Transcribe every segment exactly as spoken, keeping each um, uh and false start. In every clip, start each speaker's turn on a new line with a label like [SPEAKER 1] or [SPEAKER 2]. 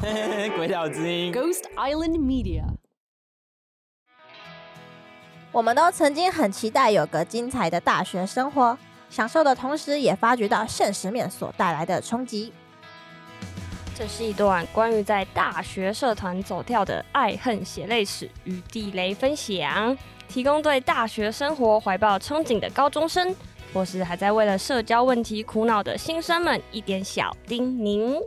[SPEAKER 1] 鬼岛之音
[SPEAKER 2] Ghost Island Media。
[SPEAKER 3] 我们都曾经很期待有个精彩的大学生活，享受的同时也发觉到现实面所带来的冲击。
[SPEAKER 4] 这是一段关于在大学社团走跳的爱恨血泪史与地雷分享，提供对大学生活怀抱憧憬的高中生，或是还在为了社交问题苦恼的新生们一点小叮咛。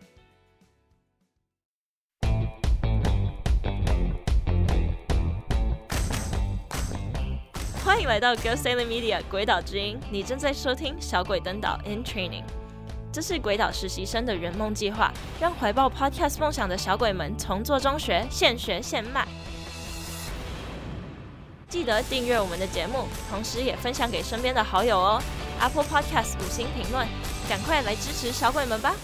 [SPEAKER 5] 欢迎来到 Ghost Island Media 鬼岛之音，你正在收听小鬼登岛 in Training。这是鬼岛实习生的圆梦计划，让怀抱 Podcast 梦想的小鬼们从做中学，现学现卖。记得订阅我们的节目，同时也分享给身边的好友哦。Apple Podcast 五星评论，赶快来支持小鬼们吧！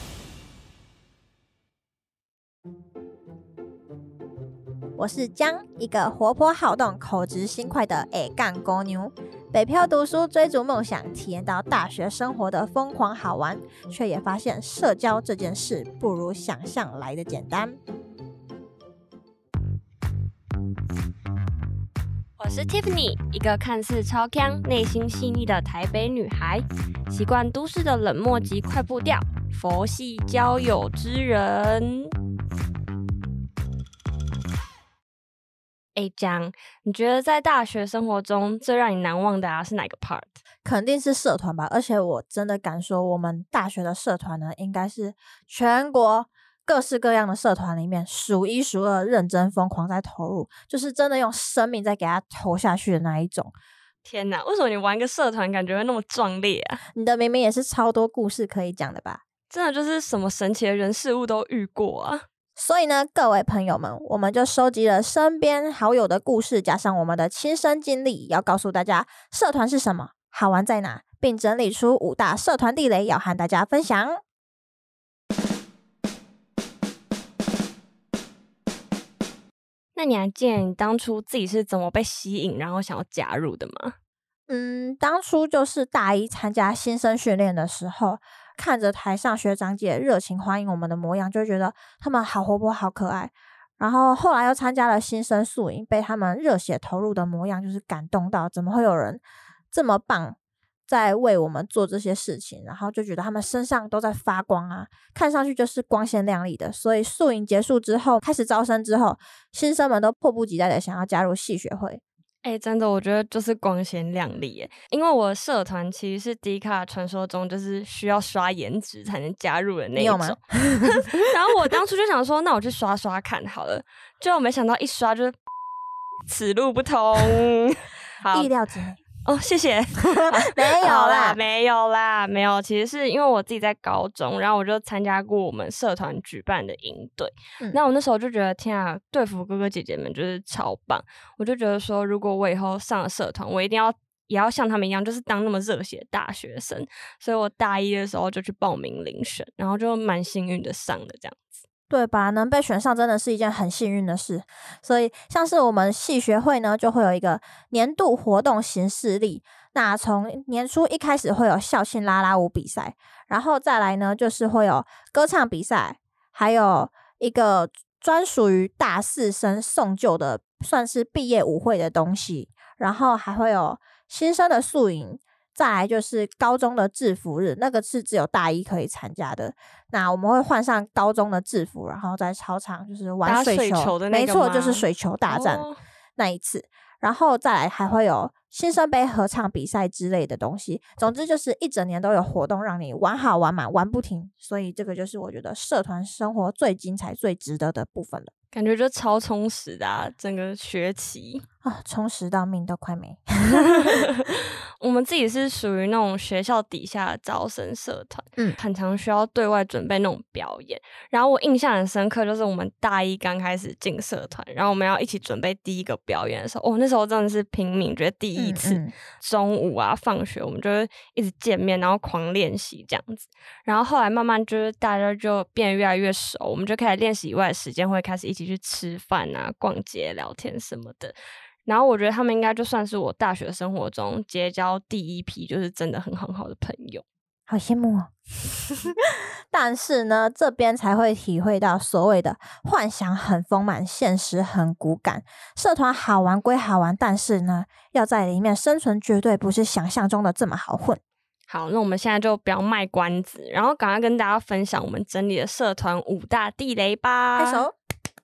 [SPEAKER 3] 我是江，一个活泼好动、口直心快的矮干公牛。北漂读书，追逐梦想，体验到大学生活的疯狂好玩，却也发现社交这件事不如想象来的简单。
[SPEAKER 4] 我是 Tiffany， 一个看似超强、内心细腻的台北女孩，习惯都市的冷漠及快步调，佛系交友之人。哎，江，你觉得在大学生活中最让你难忘的啊是哪个 part？
[SPEAKER 3] 肯定是社团吧，而且我真的敢说，我们大学的社团呢，应该是全国各式各样的社团里面数一数二认真疯狂在投入，就是真的用生命在给它投下去的那一种。
[SPEAKER 4] 天哪，为什么你玩个社团感觉会那么壮烈啊？
[SPEAKER 3] 你的明明也是超多故事可以讲的吧？
[SPEAKER 4] 真的就是什么神奇的人事物都遇过啊。
[SPEAKER 3] 所以呢，各位朋友们，我们就收集了身边好友的故事，加上我们的亲身经历，要告诉大家社团是什么，好玩在哪，并整理出五大社团地雷要和大家分享。
[SPEAKER 4] 那你还记得你当初自己是怎么被吸引，然后想要加入的吗？
[SPEAKER 3] 嗯，当初就是大一参加新生训练的时候，看着台上学长姐热情欢迎我们的模样，就会觉得他们好活泼好可爱。然后后来又参加了新生宿营，被他们热血投入的模样就是感动到，怎么会有人这么棒在为我们做这些事情，然后就觉得他们身上都在发光啊，看上去就是光鲜亮丽的。所以宿营结束之后，开始招生之后，新生们都迫不及待的想要加入系学会。
[SPEAKER 4] 哎、欸，真的，我觉得就是光鲜亮丽耶。因为我的社团其实是 D 卡传说中就是需要刷颜值才能加入的那一种。
[SPEAKER 3] 你有吗？
[SPEAKER 4] 然后我当初就想说，那我去刷刷看好了。结果没想到一刷就是此路不通。好，
[SPEAKER 3] 意料之内。
[SPEAKER 4] 哦，谢谢。
[SPEAKER 3] 没有啦，
[SPEAKER 4] 没有啦，没有。其实是因为我自己在高中，然后我就参加过我们社团举办的营队。嗯、那我那时候就觉得，天啊，队服哥哥姐姐们就是超棒。我就觉得说，如果我以后上了社团，我一定要也要像他们一样，就是当那么热血的大学生。所以我大一的时候就去报名遴选，然后就蛮幸运的上的这样子。
[SPEAKER 3] 对吧？能被选上真的是一件很幸运的事。所以像是我们系学会呢，就会有一个年度活动行事历。那从年初一开始会有校庆啦啦舞比赛，然后再来呢就是会有歌唱比赛，还有一个专属于大四生送旧的算是毕业舞会的东西，然后还会有新生的宿营，再来就是高中的制服日，那个是只有大一可以参加的。那我们会换上高中的制服，然后在操场就是玩水球，
[SPEAKER 4] 打水球的那个吗？
[SPEAKER 3] 没错，就是水球大战那一次。哦，然后再来还会有新生杯合唱比赛之类的东西。总之就是一整年都有活动让你玩好玩满玩不停，所以这个就是我觉得社团生活最精彩最值得的部分了。
[SPEAKER 4] 感觉就超充实的啊，整个学期
[SPEAKER 3] 啊，充实到命都快没。
[SPEAKER 4] 我们自己是属于那种学校底下的招生社团，
[SPEAKER 3] 嗯，
[SPEAKER 4] 很常需要对外准备那种表演。然后我印象很深刻，就是我们大一刚开始进社团，然后我们要一起准备第一个表演的时候，哦，那时候真的是拼命，觉得第一次、嗯嗯、中午啊放学我们就会一直见面，然后狂练习这样子。然后后来慢慢就是大家就变得越来越熟，我们就开始练习以外的时间会开始一起去吃饭啊、逛街、聊天什么的。然后我觉得他们应该就算是我大学生活中结交第一批就是真的很很好的朋友。
[SPEAKER 3] 好羡慕哦。但是呢，这边才会体会到所谓的幻想很丰满，现实很骨感。社团好玩归好玩，但是呢，要在里面生存绝对不是想象中的这么好混。
[SPEAKER 4] 好，那我们现在就不要卖关子，然后赶快跟大家分享我们整理的社团五大地雷吧。
[SPEAKER 3] 拍手。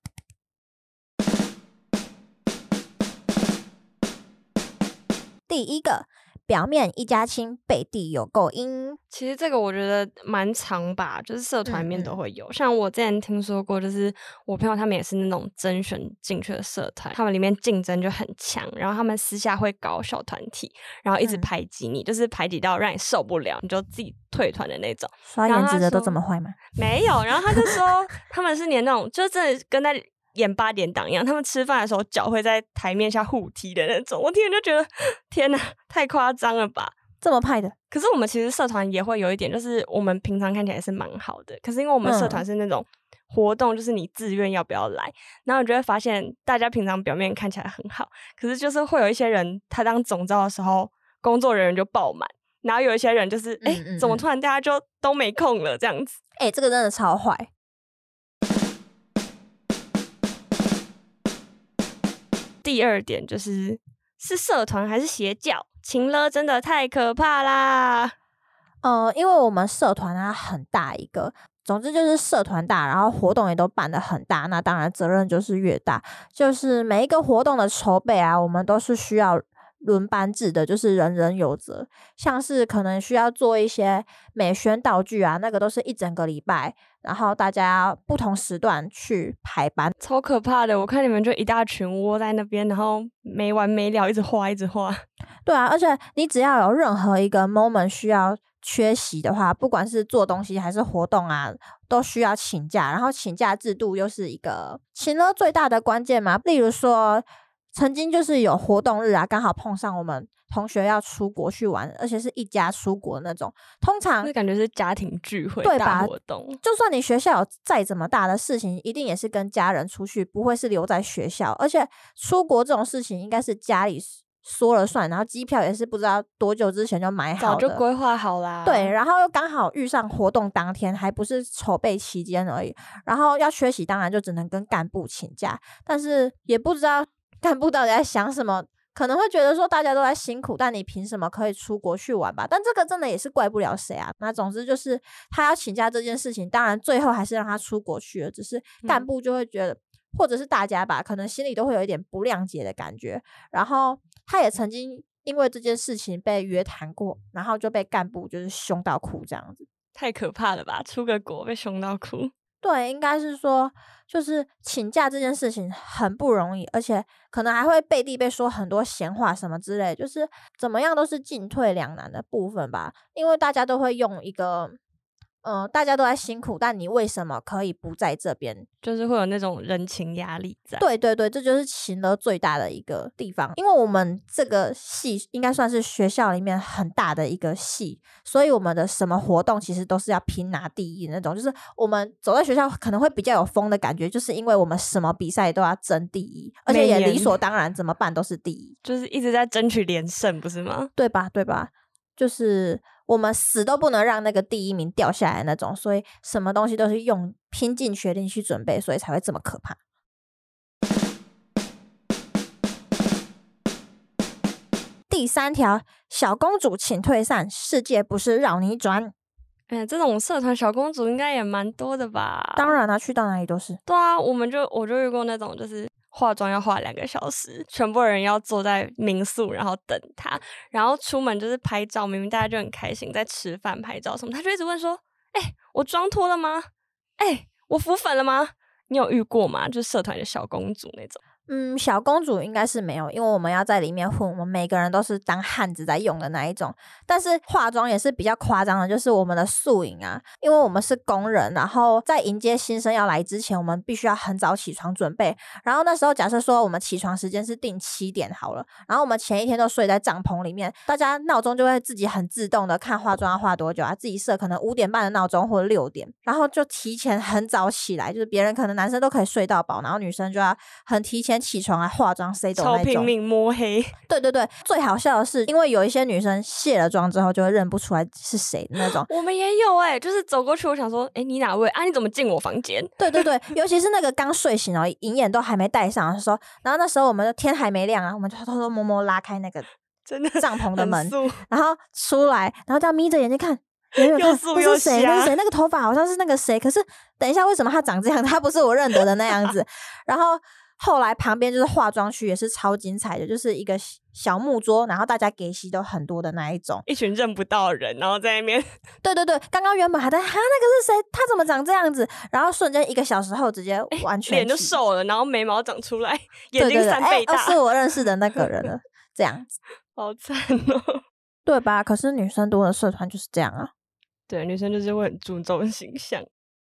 [SPEAKER 3] 第一个，表面一家亲，背地有够阴。
[SPEAKER 4] 其实这个我觉得蛮常吧，就是社团里面都会有。嗯嗯像我之前听说过，就是我朋友他们也是那种甄选进去的社团，他们里面竞争就很强，然后他们私下会搞小团体，然后一直排挤你，嗯、就是排挤到让你受不了，你就自己退团的那种。
[SPEAKER 3] 刷颜值的都这么坏吗？
[SPEAKER 4] 没有，然后他就说他们是连那种，就真的跟在演八点档一样，他们吃饭的时候脚会在台面下互踢的那种。我听了就觉得天哪，太夸张了吧！
[SPEAKER 3] 这么派的。
[SPEAKER 4] 可是我们其实社团也会有一点，就是我们平常看起来是蛮好的，可是因为我们社团是那种活动，就是你自愿要不要来，然后你就会发现大家平常表面看起来很好，可是就是会有一些人他当总召的时候工作人员就爆满，然后有一些人就是哎、欸，怎么突然大家就都没空了这样子。
[SPEAKER 3] 哎、欸，这个真的超坏。
[SPEAKER 4] 第二点就是是社团还是邪教？情勒真的太可怕啦！
[SPEAKER 3] 呃，因为我们社团啊很大一个，总之就是社团大，然后活动也都办得很大，那当然责任就是越大。就是每一个活动的筹备啊，我们都是需要轮班制的，就是人人有责。像是可能需要做一些美宣道具啊，那个都是一整个礼拜，然后大家不同时段去排班，
[SPEAKER 4] 超可怕的。我看你们就一大群窝在那边，然后没完没了，一直画一直画。
[SPEAKER 3] 对啊，而且你只要有任何一个 moment 需要缺席的话，不管是做东西还是活动啊，都需要请假，然后请假制度又是一个情勒最大的关键嘛。例如说曾经就是有活动日啊，刚好碰上我们同学要出国去玩，而且是一家出国那种，通常
[SPEAKER 4] 那感觉是家庭聚会
[SPEAKER 3] 对吧，
[SPEAKER 4] 大活动。
[SPEAKER 3] 就算你学校有再怎么大的事情，一定也是跟家人出去，不会是留在学校。而且出国这种事情应该是家里说了算，然后机票也是不知道多久之前就买好的，
[SPEAKER 4] 早就规划好啦。
[SPEAKER 3] 对，然后又刚好遇上活动当天，还不是筹备期间而已，然后要缺席，当然就只能跟干部请假，但是也不知道干部到底在想什么，可能会觉得说大家都在辛苦，但你凭什么可以出国去玩吧？但这个真的也是怪不了谁啊。那总之就是他要请假这件事情，当然最后还是让他出国去了，只是干部就会觉得、嗯、或者是大家吧，可能心里都会有一点不谅解的感觉。然后他也曾经因为这件事情被约谈过，然后就被干部就是凶到哭这样子。
[SPEAKER 4] 太可怕了吧，出个国被凶到哭。
[SPEAKER 3] 对，应该是说就是请假这件事情很不容易，而且可能还会背地被说很多闲话什么之类，就是怎么样都是进退两难的部分吧。因为大家都会用一个呃，大家都在辛苦，但你为什么可以不在这边？
[SPEAKER 4] 就是会有那种人情压力在。
[SPEAKER 3] 对对对，这就是情勒最大的一个地方。因为我们这个系应该算是学校里面很大的一个系，所以我们的什么活动其实都是要拼拿第一那种。就是我们走在学校可能会比较有风的感觉，就是因为我们什么比赛都要争第一，而且也理所当然怎么办都是第一，
[SPEAKER 4] 就是一直在争取连胜，不是吗？
[SPEAKER 3] 对吧？对吧？就是我们死都不能让那个第一名掉下来那种，所以什么东西都是用拼尽全力去准备，所以才会这么可怕。第三条，小公主请退散，世界不是绕你转。
[SPEAKER 4] 哎，这种社团小公主应该也蛮多的吧？
[SPEAKER 3] 当然啦、啊，去到哪里都是。
[SPEAKER 4] 对啊，我们就我就遇过那种就是化妆要化两个小时，全部人要坐在民宿然后等他，然后出门就是拍照，明明大家就很开心在吃饭拍照什么，他就一直问说哎、欸，我妆脱了吗？哎、欸，我浮粉了吗？你有遇过吗？就是社团的小公主那种。
[SPEAKER 3] 嗯，小公主应该是没有，因为我们要在里面混，我们每个人都是当汉子在用的那一种。但是化妆也是比较夸张的，就是我们的宿营啊，因为我们是工人，然后在迎接新生要来之前，我们必须要很早起床准备。然后那时候假设说我们起床时间是定七点好了，然后我们前一天都睡在帐篷里面，大家闹钟就会自己很自动的看化妆要化多久啊，自己设可能五点半的闹钟或者六点，然后就提前很早起来，就是别人可能男生都可以睡到饱，然后女生就要很提前起床来化妆 say 抖那种，
[SPEAKER 4] 超拼命摸黑。
[SPEAKER 3] 对对对，最好笑的是，因为有一些女生卸了妆之后就会认不出来是谁的那种。
[SPEAKER 4] 我们也有哎、欸，就是走过去，我想说，哎、欸，你哪位啊？你怎么进我房间？
[SPEAKER 3] 对对对，尤其是那个刚睡醒哦，银眼都还没戴上的时候，然后那时候我们的天还没亮啊，我们就偷偷摸摸拉开那个
[SPEAKER 4] 真的
[SPEAKER 3] 帐篷的门，
[SPEAKER 4] 很素
[SPEAKER 3] 然后出来，然后这样眯着眼睛看。远远看
[SPEAKER 4] 又素又
[SPEAKER 3] 那是谁？
[SPEAKER 4] 瞎
[SPEAKER 3] 那是谁？那个头发好像是那个谁，可是等一下为什么他长这样？他不是我认得的那样子。然后后来旁边就是化妆区，也是超精彩的，就是一个小木桌，然后大家给息都很多的那一种，
[SPEAKER 4] 一群认不到的人，然后在那边。
[SPEAKER 3] 对对对，刚刚原本还在哈那个是谁？他怎么长这样子？然后瞬间一个小时后直接完全
[SPEAKER 4] 脸、欸、就瘦了，然后眉毛长出来，眼睛三倍大，
[SPEAKER 3] 对对对欸、是我认识的那个人了，这样子，
[SPEAKER 4] 好惨哦，
[SPEAKER 3] 对吧？可是女生多的社团就是这样啊。
[SPEAKER 4] 对，女生就是会很注重形象。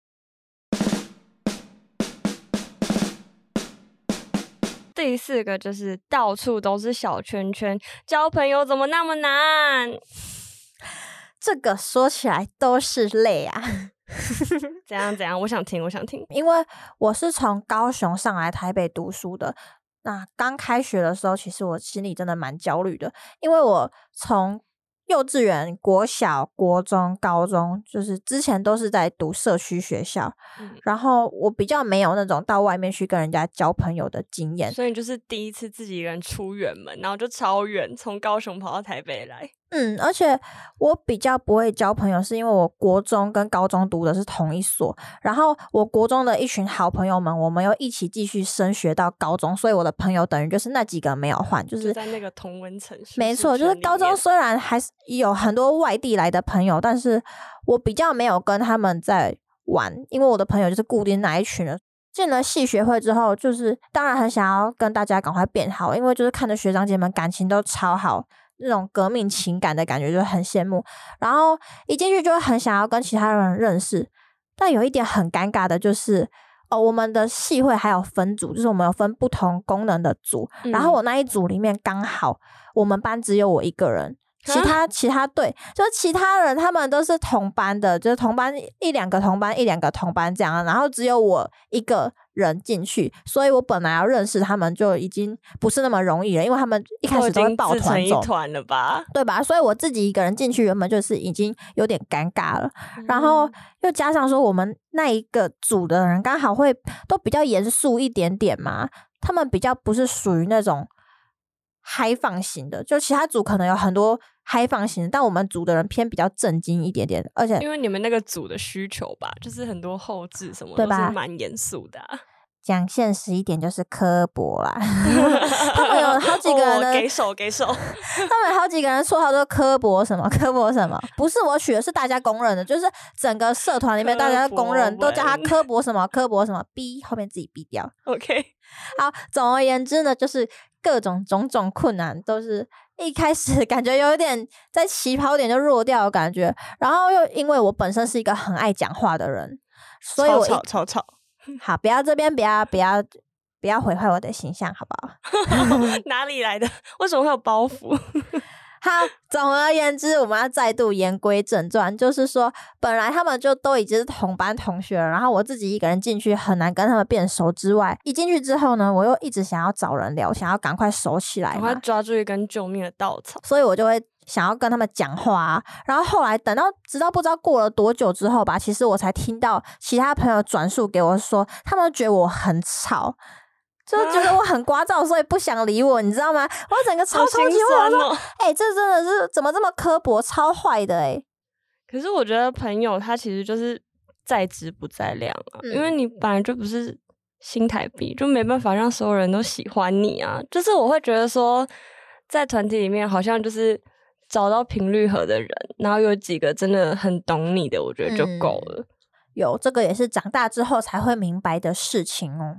[SPEAKER 4] 第四个就是到处都是小圈圈，交朋友怎么那么难？
[SPEAKER 3] 这个说起来都是泪啊。
[SPEAKER 4] 怎样怎样？我想听，我想听。
[SPEAKER 3] 因为我是从高雄上来台北读书的，那刚开学的时候，其实我心里真的蛮焦虑的，因为我从幼稚园、国小、国中、高中，就是之前都是在读社区学校、嗯、然后我比较没有那种到外面去跟人家交朋友的经验，
[SPEAKER 4] 所以你就是第一次自己一个人出远门，然后就超远，从高雄跑到台北来。
[SPEAKER 3] 嗯，而且我比较不会交朋友，是因为我国中跟高中读的是同一所，然后我国中的一群好朋友们，我们又一起继续升学到高中，所以我的朋友等于就是那几个没有换，就是
[SPEAKER 4] 就在那个同温层。
[SPEAKER 3] 没错，就是高中虽然还是有很多外地来的朋友，但是我比较没有跟他们在玩，因为我的朋友就是固定那一群人。进了系学会之后，就是当然很想要跟大家赶快变好，因为就是看着学长姐们感情都超好，那种革命情感的感觉就很羡慕，然后一进去就很想要跟其他人认识，但有一点很尴尬的就是哦，我们的系会还有分组，就是我们有分不同功能的组、嗯、然后我那一组里面刚好我们班只有我一个人，其他其他对，就是其他人他们都是同班的，就是同班一两个同班一两个同班这样，然后只有我一个人进去，所以我本来要认识他们就已经不是那么容易了，因为他们一开始都会抱团走，
[SPEAKER 4] 自成一团了吧，
[SPEAKER 3] 对吧？所以我自己一个人进去原本就是已经有点尴尬了、嗯、然后又加上说我们那一个组的人刚好会都比较严肃一点点嘛，他们比较不是属于那种嗨放型的，就其他组可能有很多嗨放型的，但我们组的人偏比较正经一点点，而且
[SPEAKER 4] 因为你们那个组的需求吧，就是很多后置什么都是蛮严肃的、啊、
[SPEAKER 3] 讲现实一点就是刻薄啦他们有好几个人的、
[SPEAKER 4] 哦、给手给手
[SPEAKER 3] 他们有好几个人绰号都刻薄什么刻薄什么，不是我取的，是大家公认的，就是整个社团里面大家都公认都叫他刻薄什么刻薄什么 B 后面自己 B 掉
[SPEAKER 4] OK。
[SPEAKER 3] 好，总而言之呢，就是各种种种困难都是一开始感觉有点在起跑点就弱掉的感觉，然后又因为我本身是一个很爱讲话的人，所以我
[SPEAKER 4] 吵吵吵吵
[SPEAKER 3] 好，不要这边不要不要不要毁坏我的形象好不好
[SPEAKER 4] 哪里来的？为什么会有包袱
[SPEAKER 3] 好，总而言之我们要再度言归正传，就是说本来他们就都已经是同班同学了，然后我自己一个人进去很难跟他们变熟之外，一进去之后呢，我又一直想要找人聊，想要赶快熟起来嘛，
[SPEAKER 4] 赶快抓住一根救命的稻草，
[SPEAKER 3] 所以我就会想要跟他们讲话啊，然后后来等到直到不知道过了多久之后吧，其实我才听到其他朋友转述给我说，他们觉得我很吵，就是觉得我很聒噪，所以不想理我，你知道吗？我整个超超级我说，哎、欸，这真的是怎么这么刻薄，超坏的哎、欸。
[SPEAKER 4] 可是我觉得朋友他其实就是在质不在量啊、嗯，因为你本来就不是新台币，就没办法让所有人都喜欢你啊。就是我会觉得说，在团体里面好像就是找到频率合的人，然后有几个真的很懂你的，我觉得就够了、嗯。
[SPEAKER 3] 有这个也是长大之后才会明白的事情哦。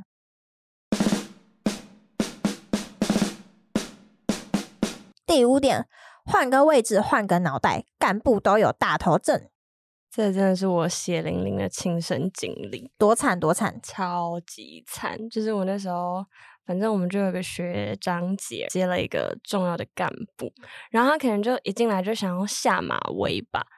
[SPEAKER 3] 第五点，换个位置换个脑袋，干部都有大头症。
[SPEAKER 4] 这真的是我血淋淋的亲身经历，
[SPEAKER 3] 多惨多惨，
[SPEAKER 4] 超级惨。就是我那时候反正我们就有个学长姐接了一个重要的干部，然后他可能就一进来就想要下马威吧，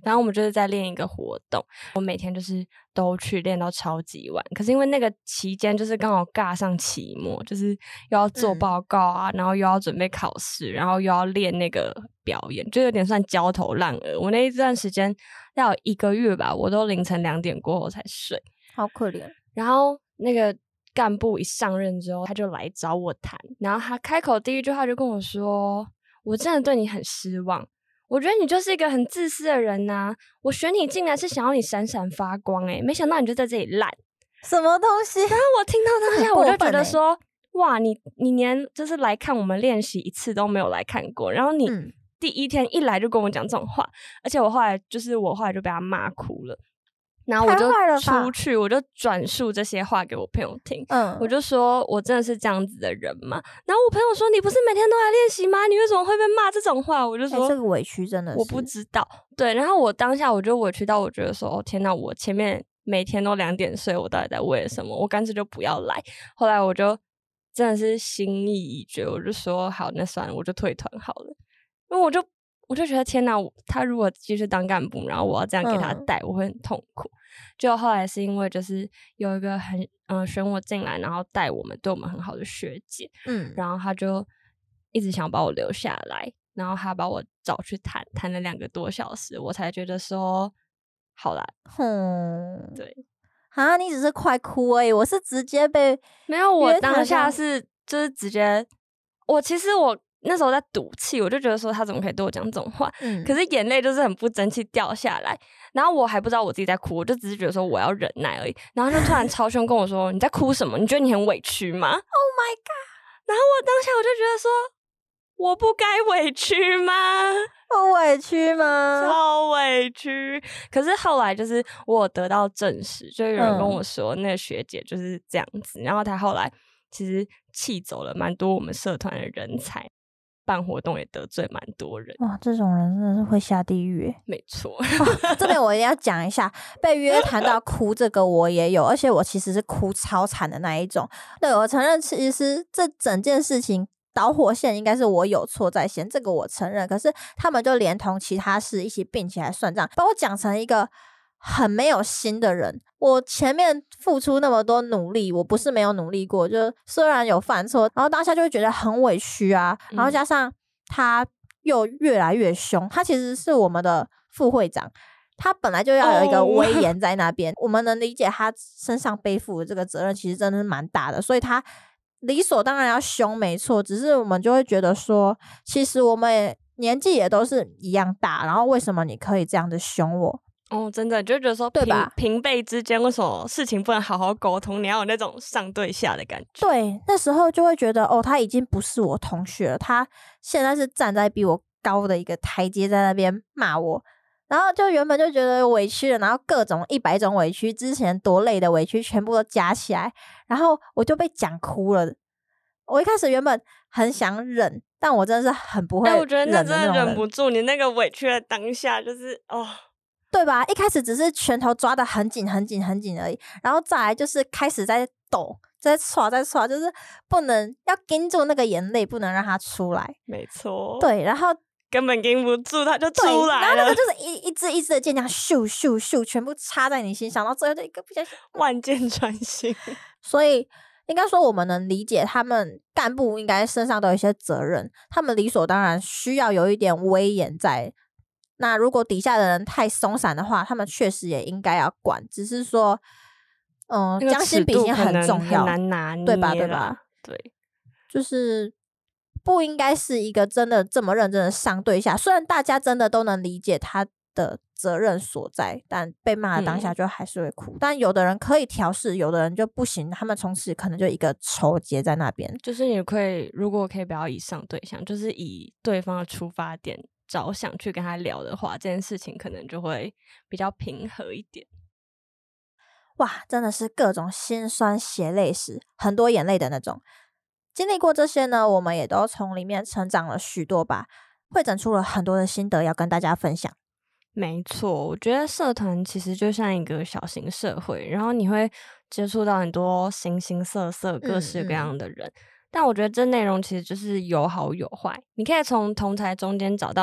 [SPEAKER 4] 反正我们就是在练一个活动，我每天就是都去练到超级晚。可是因为那个期间就是刚好尬上期末，就是又要做报告啊、嗯、然后又要准备考试，然后又要练那个表演，就有点算焦头烂额。我那一段时间要有一个月吧，我都凌晨两点过后才睡，
[SPEAKER 3] 好可怜。
[SPEAKER 4] 然后那个干部一上任之后，他就来找我谈，然后他开口第一句话就跟我说，我真的对你很失望，我觉得你就是一个很自私的人啊，我选你进来是想要你闪闪发光诶、欸、没想到你就在这里烂
[SPEAKER 3] 什么东西。
[SPEAKER 4] 然后我听到当下我就觉得说、欸、哇你你连就是来看我们练习一次都没有来看过，然后你第一天一来就跟我讲这种话、嗯、而且我后来就是我后来就被他骂哭了，然后我就出去，我就转述这些话给我朋友听。嗯，我就说我真的是这样子的人嘛。然后我朋友说：“你不是每天都来练习吗？你为什么会被骂这种话？”我就说：“
[SPEAKER 3] 欸、这个委屈真的是，
[SPEAKER 4] 我不知道。”对，然后我当下我就委屈到我觉得说：“哦天哪，我前面每天都两点睡，我到底在为了什么？我干脆就不要来。”后来我就真的是心意已决，我就说：“好，那算了，我就退团好了。”因为我就我就觉得天哪，他如果继续当干部，然后我要这样给他带、嗯，我会很痛苦。就后来是因为就是有一个很嗯、呃、选我进来，然后带我们对我们很好的学姐，嗯，然后他就一直想把我留下来，然后他把我找去谈，谈了两个多小时，我才觉得说好啦，
[SPEAKER 3] 嗯，
[SPEAKER 4] 对
[SPEAKER 3] 啊，你只是快哭而已，我是直接被
[SPEAKER 4] 没有，我当下是就是直接，我其实我。那时候在赌气，我就觉得说他怎么可以对我讲这种话、嗯、可是眼泪就是很不争气掉下来，然后我还不知道我自己在哭，我就只是觉得说我要忍耐而已，然后就突然超凶跟我说你在哭什么，你觉得你很委屈吗？ Oh
[SPEAKER 3] my god，
[SPEAKER 4] 然后我当下我就觉得说我不该委屈吗？
[SPEAKER 3] 我委屈吗？
[SPEAKER 4] 超委屈。可是后来就是我有得到证实，就有人跟我说、嗯、那个学姐就是这样子，然后她后来其实气走了蛮多我们社团的人才，办活动也得罪蛮多人。
[SPEAKER 3] 哇，这种人真的是会下地狱耶。
[SPEAKER 4] 没错、
[SPEAKER 3] 哦、这边我一定要讲一下，被约谈到哭这个我也有，而且我其实是哭超惨的那一种。对，我承认其实这整件事情导火线应该是我有错在先，这个我承认，可是他们就连同其他事一起并起来算账，把我讲成一个很没有心的人。我前面付出那么多努力，我不是没有努力过，就虽然有犯错，然后当下就会觉得很委屈啊，然后加上他又越来越凶，他其实是我们的副会长，他本来就要有一个威严在那边、oh. 我们能理解他身上背负的这个责任其实真的是蛮大的，所以他理所当然要凶没错，只是我们就会觉得说其实我们年纪也都是一样大，然后为什么你可以这样的凶我
[SPEAKER 4] 哦，真的就觉得说平，对吧？平辈之间为什么事情不能好好沟通？你要有那种上对下的感觉。
[SPEAKER 3] 对，那时候就会觉得哦，他已经不是我同学了，他现在是站在比我高的一个台阶在那边骂我，然后就原本就觉得委屈了，然后各种一百种委屈，之前多累的委屈全部都加起来，然后我就被讲哭了。我一开始原本很想忍，但我真的是很不会忍的那种人。
[SPEAKER 4] 欸，我觉得那真的忍不住，你那个委屈的当下就是哦。
[SPEAKER 3] 对吧？一开始只是拳头抓得很紧很紧很紧而已，然后再来就是开始在抖，在唰在唰，就是不能要盯住那个眼泪，不能让它出来。
[SPEAKER 4] 没错，
[SPEAKER 3] 对，然后
[SPEAKER 4] 根本盯不住，它就出来了。
[SPEAKER 3] 然后那个就是一一支一支的箭，这样咻咻咻，全部插在你心上，然后最后就一个不小心
[SPEAKER 4] 万箭穿心。
[SPEAKER 3] 所以应该说，我们能理解他们干部应该身上都有一些责任，他们理所当然需要有一点威严在。那如果底下的人太松散的话，他们确实也应该要管，只是说嗯，将心比心很重要，
[SPEAKER 4] 很难拿捏，
[SPEAKER 3] 对吧对吧？
[SPEAKER 4] 对，
[SPEAKER 3] 就是不应该是一个真的这么认真的上对下，虽然大家真的都能理解他的责任所在，但被骂的当下就还是会哭、嗯、但有的人可以调试，有的人就不行，他们从此可能就一个仇结在那边。
[SPEAKER 4] 就是你可以如果可以不要以上对象，就是以对方的出发点着想去跟他聊的话，这件事情可能就会比较平和一点。
[SPEAKER 3] 哇，真的是各种心酸血泪史，很多眼泪的那种。经历过这些呢，我们也都从里面成长了许多吧，汇整出了很多的心得要跟大家分享。
[SPEAKER 4] 没错，我觉得社团其实就像一个小型社会，然后你会接触到很多形形色色各式各样的人、嗯嗯，但我觉得这内容其实就是有好有坏，你可以从同侪中间找到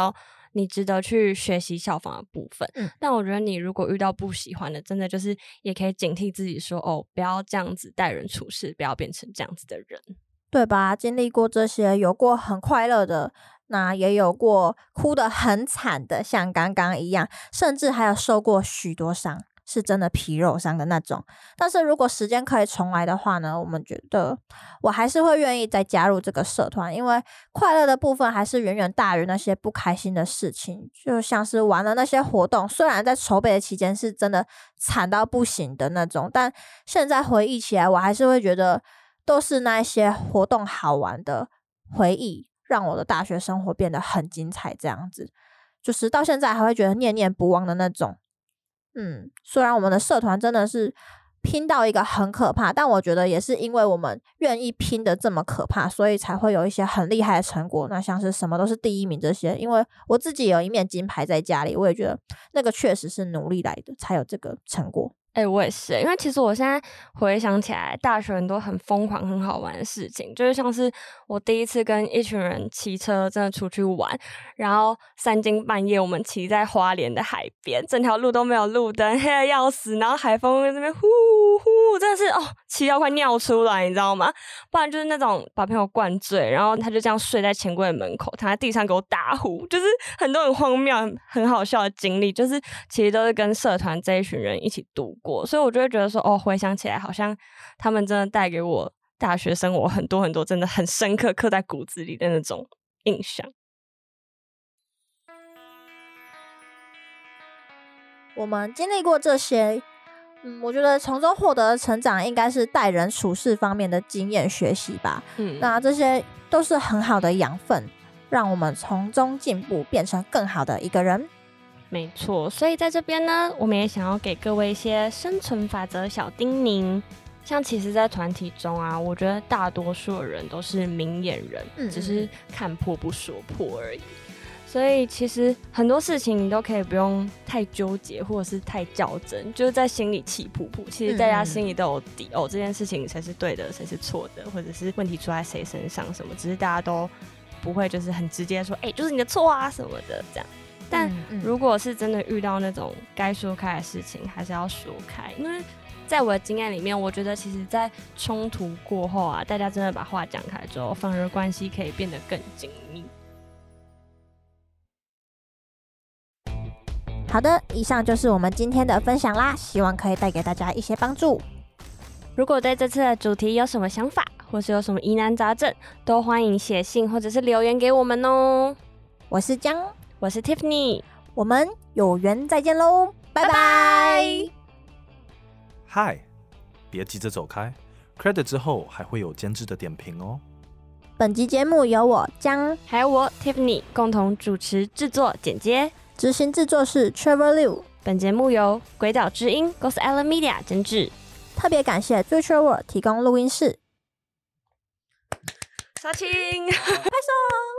[SPEAKER 4] 你值得去学习效仿的部分。
[SPEAKER 3] 嗯，
[SPEAKER 4] 但我觉得你如果遇到不喜欢的，真的就是也可以警惕自己说，哦，不要这样子待人处事，不要变成这样子的人，
[SPEAKER 3] 对吧？经历过这些，有过很快乐的，那也有过哭得很惨的，像刚刚一样，甚至还有受过许多伤，是真的皮肉伤的那种。但是如果时间可以重来的话呢，我们觉得我还是会愿意再加入这个社团，因为快乐的部分还是远远大于那些不开心的事情。就像是玩了那些活动，虽然在筹备的期间是真的惨到不行的那种，但现在回忆起来，我还是会觉得都是那些活动好玩的回忆，让我的大学生活变得很精彩，这样子就是到现在还会觉得念念不忘的那种。嗯，虽然我们的社团真的是拼到一个很可怕，但我觉得也是因为我们愿意拼的这么可怕，所以才会有一些很厉害的成果。那像是什么都是第一名这些，因为我自己有一面金牌在家里，我也觉得那个确实是努力来的，才有这个成果。
[SPEAKER 4] 哎、欸，我也是、欸，因为其实我现在回想起来，大学很多很疯狂、很好玩的事情，就是像是我第一次跟一群人骑车，真的出去玩，然后三更半夜我们骑在花莲的海边，整条路都没有路灯，黑得要死，然后海风在那边呼呼，真的是哦，骑到快尿出来，你知道吗？不然就是那种把朋友灌醉，然后他就这样睡在钱柜的门口，躺在地上给我打呼，就是很多很荒谬、很好笑的经历，就是其实都是跟社团这一群人一起度过。所以我就会觉得说，哦，回想起来好像他们真的带给我大学生活很多很多真的很深刻刻在骨子里的那种印象。
[SPEAKER 3] 我们经历过这些，嗯，我觉得从中获得的成长应该是待人处事方面的经验学习吧。嗯，那这些都是很好的养分，让我们从中进步，变成更好的一个人。
[SPEAKER 4] 没错，所以在这边呢，我们也想要给各位一些生存法则小叮咛。像其实在团体中啊，我觉得大多数的人都是明眼人，嗯嗯，只是看破不说破而已。所以其实很多事情你都可以不用太纠结，或者是太较真，就是在心里气噗噗，其实大家心里都有底，嗯、哦，这件事情谁是对的，谁是错的，或者是问题出在谁身上什么，只是大家都不会就是很直接说，哎、欸，就是你的错啊什么的这样。但如果是真的遇到那种该说开的事情，还是要说开。因为在我的经验里面，我觉得其实在冲突过后啊，大家真的把话讲开之后，反而关系可以变得更紧密。
[SPEAKER 3] 好的，以上就是我们今天的分享啦，希望可以带给大家一些帮助。
[SPEAKER 4] 如果对这次的主题有什么想法，或是有什么疑难杂症，都欢迎写信或者是留言给我们哦。
[SPEAKER 3] 我是江，
[SPEAKER 4] 我是 Tiffany，
[SPEAKER 3] 我们有缘再见喽，拜拜。
[SPEAKER 1] 嗨，别急着走开 ，credit 之后还会有监制的点评哦。
[SPEAKER 3] 本集节目由我江
[SPEAKER 4] 还有我 Tiffany 共同主持制作剪接，
[SPEAKER 3] 执行制作是 Trevor Liu。
[SPEAKER 4] 本节目由鬼岛之音 Ghost Island Media 监制，
[SPEAKER 3] 特别感谢 Future World 提供录音室。
[SPEAKER 4] 杀青，
[SPEAKER 3] 拍手。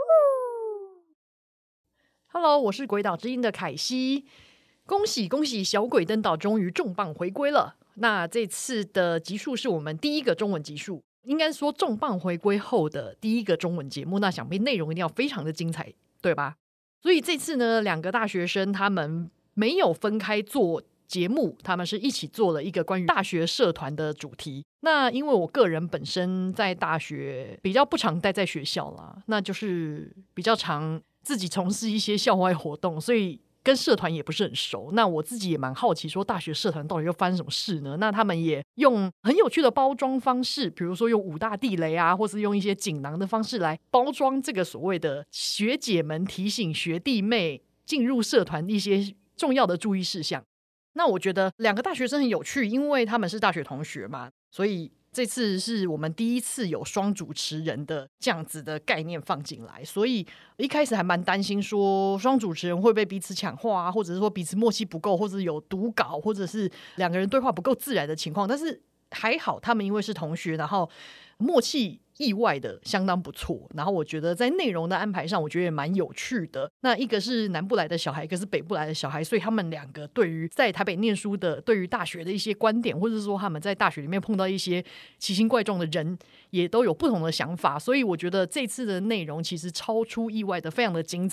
[SPEAKER 2] Hello， 我是鬼岛之音的凯西，恭喜恭喜，小鬼登岛终于重磅回归了。那这次的集数是我们第一个中文集数，应该说重磅回归后的第一个中文节目，那想必内容一定要非常的精彩，对吧？所以这次呢，两个大学生他们没有分开做节目，他们是一起做了一个关于大学社团的主题。那因为我个人本身在大学比较不常待在学校啦，那就是比较常自己从事一些校外活动，所以跟社团也不是很熟。那我自己也蛮好奇说大学社团到底又发生什么事呢？那他们也用很有趣的包装方式，比如说用五大地雷啊，或是用一些锦囊的方式来包装这个所谓的学姐们提醒学弟妹进入社团一些重要的注意事项。那我觉得两个大学生很有趣，因为他们是大学同学嘛，所以这次是我们第一次有双主持人的这样子的概念放进来，所以一开始还蛮担心说双主持人会不会彼此抢话啊，或者是说彼此默契不够，或者有读稿，或者是两个人对话不够自然的情况。但是还好他们因为是同学，然后默契意外的相当不错，然后我觉得在内容的安排上我觉得也蛮有趣的。那一个是南部来的小孩，一个是北部来的小孩，所以他们两个对于在台北念书的，对于大学的一些观点，或者是说他们在大学里面碰到一些奇形怪状的人，也都有不同的想法。所以我觉得这次的内容其实超出意外的非常的精彩。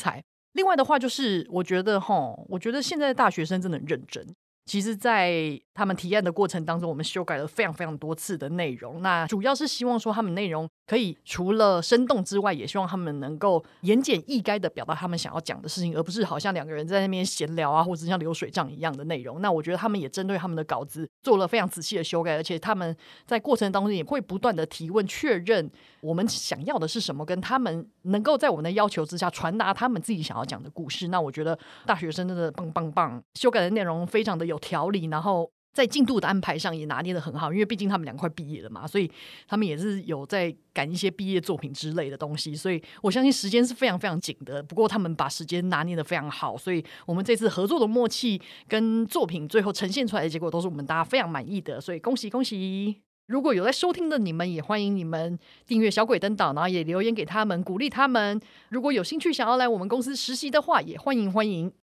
[SPEAKER 2] 另外的话就是我觉得齁我觉得现在的大学生真的很认真，其实在他们提案的过程当中，我们修改了非常非常多次的内容，那主要是希望说他们内容可以除了生动之外，也希望他们能够言简意赅的表达他们想要讲的事情，而不是好像两个人在那边闲聊啊，或者像流水账一样的内容。那我觉得他们也针对他们的稿子做了非常仔细的修改，而且他们在过程当中也会不断的提问确认我们想要的是什么，跟他们能够在我们的要求之下传达他们自己想要讲的故事。那我觉得大学生真的棒棒棒，修改的内容非常的有条理，然后在进度的安排上也拿捏得很好，因为毕竟他们两块毕业了嘛，所以他们也是有在赶一些毕业作品之类的东西，所以我相信时间是非常非常紧的，不过他们把时间拿捏得非常好，所以我们这次合作的默契跟作品最后呈现出来的结果都是我们大家非常满意的，所以恭喜恭喜。如果有在收听的你们，也欢迎你们订阅小鬼登岛，然后也留言给他们鼓励他们，如果有兴趣想要来我们公司实习的话，也欢迎欢迎。